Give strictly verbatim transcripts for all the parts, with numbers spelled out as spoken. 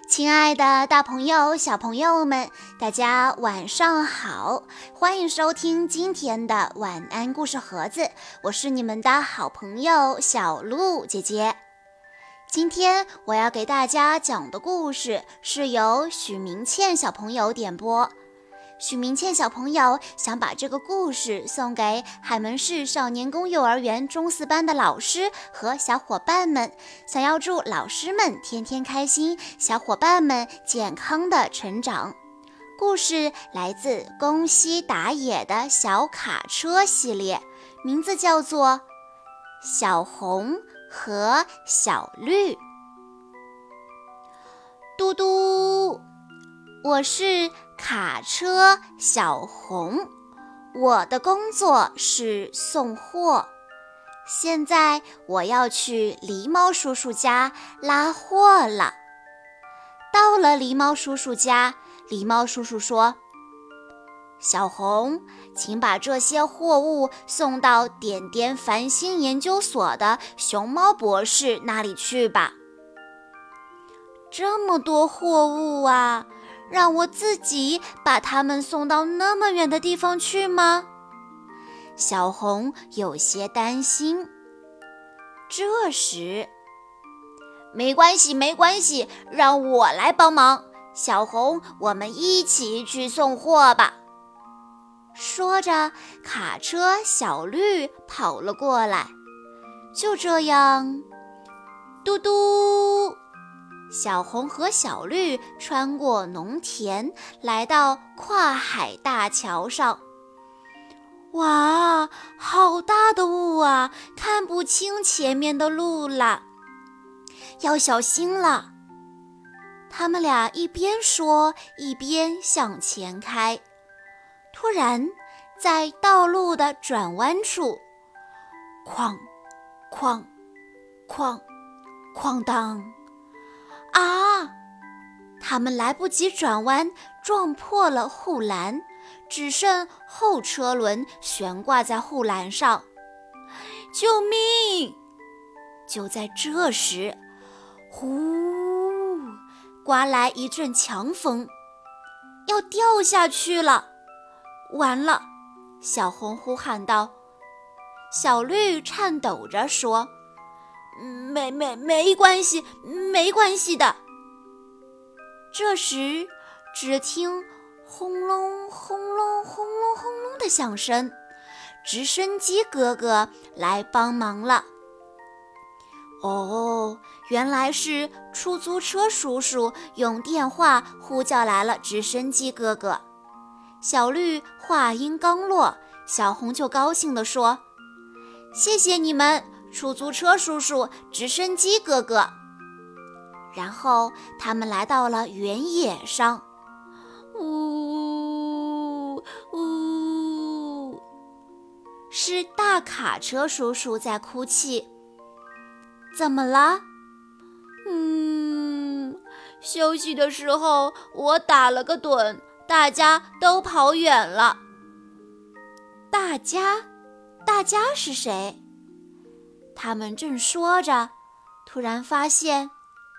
亲爱的大朋友、小朋友们，大家晚上好！欢迎收听今天的晚安故事盒子，我是你们的好朋友小鹿姐姐。今天我要给大家讲的故事是由许明倩小朋友点播。许明倩小朋友想把这个故事送给海门市少年宫幼儿园中四班的老师和小伙伴们，想要祝老师们天天开心，小伙伴们健康的成长。故事来自宫西达也的小卡车系列，名字叫做小红和小绿。嘟嘟，我是卡车小红，我的工作是送货。现在我要去狸猫叔叔家拉货了。到了狸猫叔叔家，狸猫叔叔说：小红，请把这些货物送到点点繁星研究所的熊猫博士那里去吧。这么多货物啊，让我自己把它们送到那么远的地方去吗？小红有些担心。这时，没关系，没关系，让我来帮忙。小红，我们一起去送货吧。说着，卡车小绿跑了过来。就这样，嘟嘟，小红和小绿穿过农田，来到跨海大桥上。哇，好大的雾啊，看不清前面的路了，要小心了。他们俩一边说，一边向前开。突然，在道路的转弯处，哐哐哐哐当！啊！他们来不及转弯，撞破了护栏，只剩后车轮悬挂在护栏上。救命！就在这时，呼，刮来一阵强风，要掉下去了。完了！小红呼喊道。小绿颤抖着说：没没没关系，没关系的。这时，只听轰隆轰隆轰隆轰隆的响声，直升机哥哥来帮忙了。哦，原来是出租车叔叔用电话呼叫来了直升机哥哥。小绿话音刚落，小红就高兴地说：谢谢你们，出租车叔叔，直升机哥哥。然后他们来到了原野上。呜呜，是大卡车叔叔在哭泣。怎么了？嗯，休息的时候我打了个盹，大家都跑远了。大家？大家是谁？他们正说着，突然发现，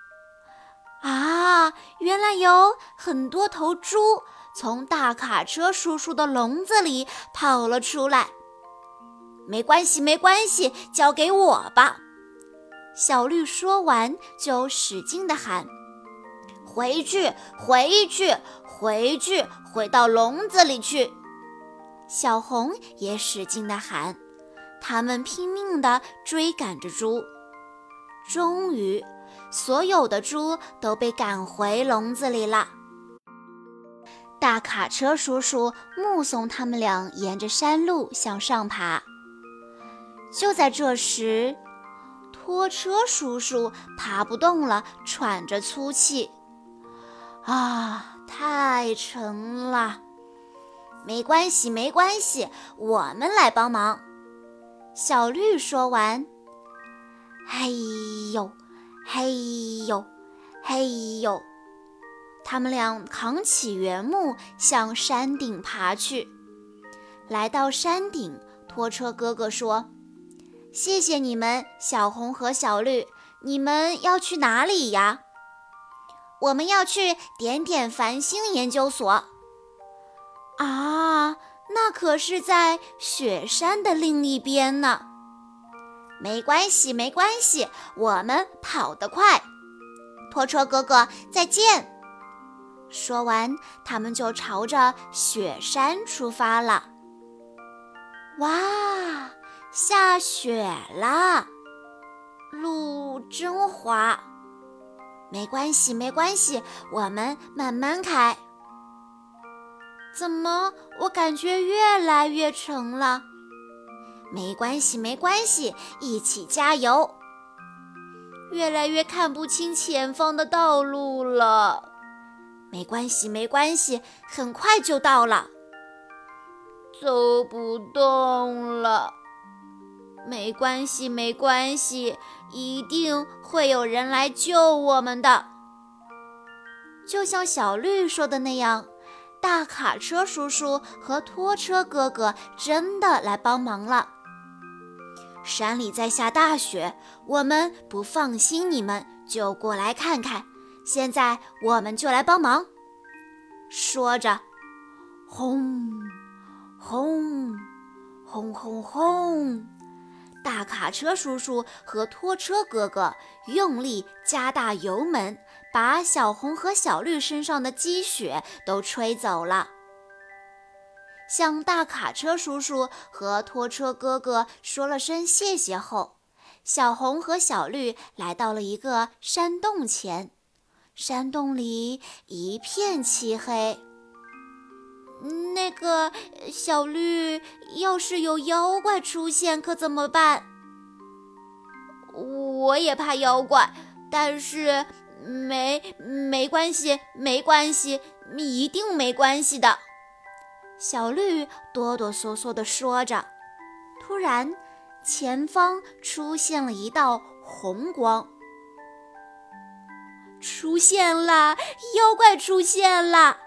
啊，原来有很多头猪从大卡车叔叔的笼子里跑了出来。没关系，没关系，交给我吧。小绿说完就使劲地喊：回去，回去，回去，回到笼子里去。小红也使劲地喊，他们拼命地追赶着猪。终于，所有的猪都被赶回笼子里了。大卡车叔叔目送他们俩沿着山路向上爬。就在这时，拖车叔叔爬不动了，喘着粗气。啊，太沉了。没关系，没关系，我们来帮忙。小绿说完，嘿呦，嘿呦，嘿呦，他们俩扛起原木向山顶爬去。来到山顶，拖车哥哥说：谢谢你们，小红和小绿，你们要去哪里呀？ 我们要去点点繁星研究所。啊，那可是在雪山的另一边呢。没关系，没关系，我们跑得快。拖车哥哥，再见。说完，他们就朝着雪山出发了。哇，下雪了，路真滑。没关系，没关系，我们慢慢开。怎么，我感觉越来越沉了？没关系，没关系，一起加油。越来越看不清前方的道路了。没关系，没关系，很快就到了。走不动了。没关系，没关系，一定会有人来救我们的。就像小绿说的那样，大卡车叔叔和拖车哥哥真的来帮忙了。山里在下大雪，我们不放心你们，就过来看看。现在我们就来帮忙。说着，轰轰轰轰轰，大卡车叔叔和拖车哥哥用力加大油门，把小红和小绿身上的积雪都吹走了。向大卡车叔叔和拖车哥哥说了声谢谢后，小红和小绿来到了一个山洞前。山洞里一片漆黑。那个小绿，要是有妖怪出现可怎么办？我也怕妖怪，但是没没关系，没关系，一定没关系的。小绿哆哆嗦嗦地说着，突然前方出现了一道红光。出现了，妖怪出现了！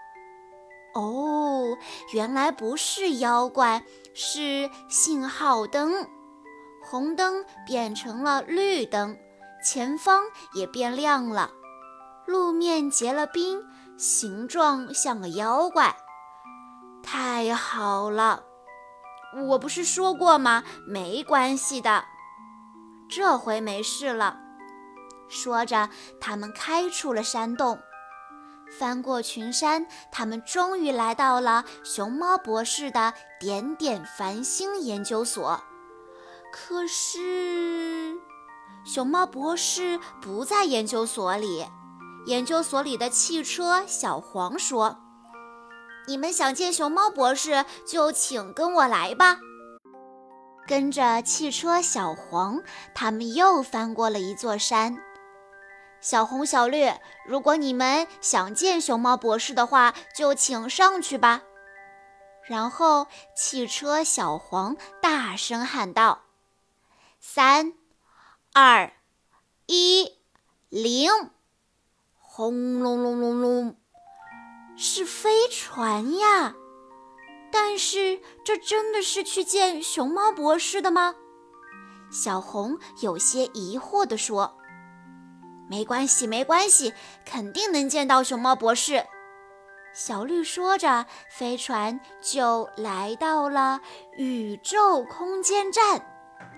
哦，原来不是妖怪，是信号灯。红灯变成了绿灯，前方也变亮了，路面结了冰，形状像个妖怪。太好了，我不是说过吗？没关系的，这回没事了。说着，他们开出了山洞，翻过群山，他们终于来到了熊猫博士的点点繁星研究所。可是，熊猫博士不在研究所里。研究所里的汽车小黄说：“你们想见熊猫博士，就请跟我来吧。”跟着汽车小黄，他们又翻过了一座山。小红、小绿，如果你们想见熊猫博士的话，就请上去吧。然后汽车小黄大声喊道：三、二、一，零！轰隆隆隆隆，是飞船呀！但是这真的是去见熊猫博士的吗？小红有些疑惑地说：没关系，没关系，肯定能见到熊猫博士。小绿说着，飞船就来到了宇宙空间站。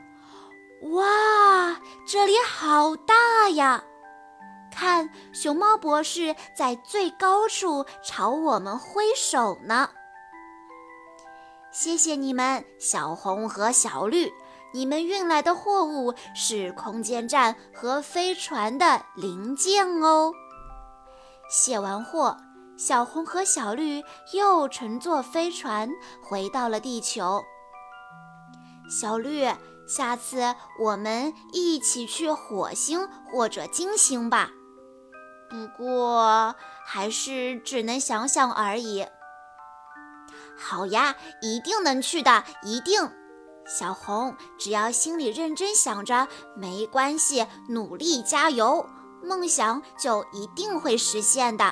哇，这里好大呀！看，熊猫博士在最高处朝我们挥手呢。谢谢你们，小红和小绿，你们运来的货物是空间站和飞船的零件哦。卸完货，小红和小绿又乘坐飞船回到了地球。小绿，下次我们一起去火星或者金星吧。不过，还是只能想想而已。好呀，一定能去的，一定。小红，只要心里认真想着，没关系，努力加油，梦想就一定会实现的。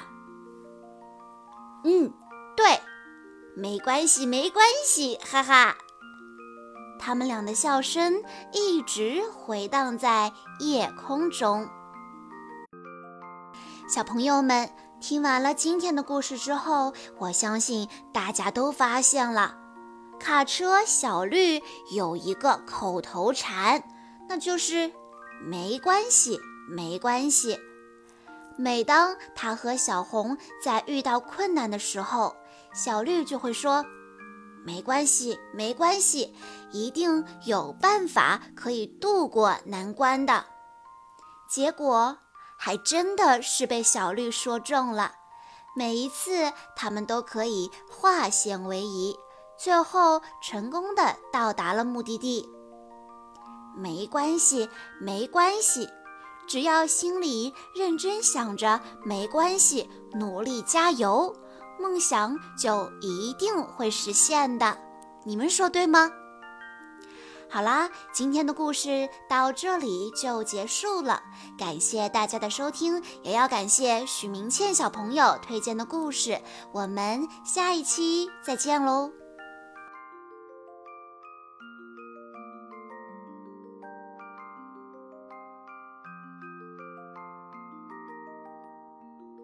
嗯，对，没关系，没关系，哈哈。他们俩的笑声一直回荡在夜空中。 小朋友们，听完了今天的故事之后，我相信大家都发现了，卡车小绿有一个口头禅，那就是没关系，没关系。每当他和小红在遇到困难的时候，小绿就会说没关系，没关系，一定有办法可以度过难关的。结果还真的是被小绿说中了，每一次他们都可以化险为夷，最后成功地到达了目的地。没关系，没关系，只要心里认真想着没关系，努力加油，梦想就一定会实现的。你们说对吗？好啦，今天的故事到这里就结束了，感谢大家的收听，也要感谢许明倩小朋友推荐的故事，我们下一期再见喽。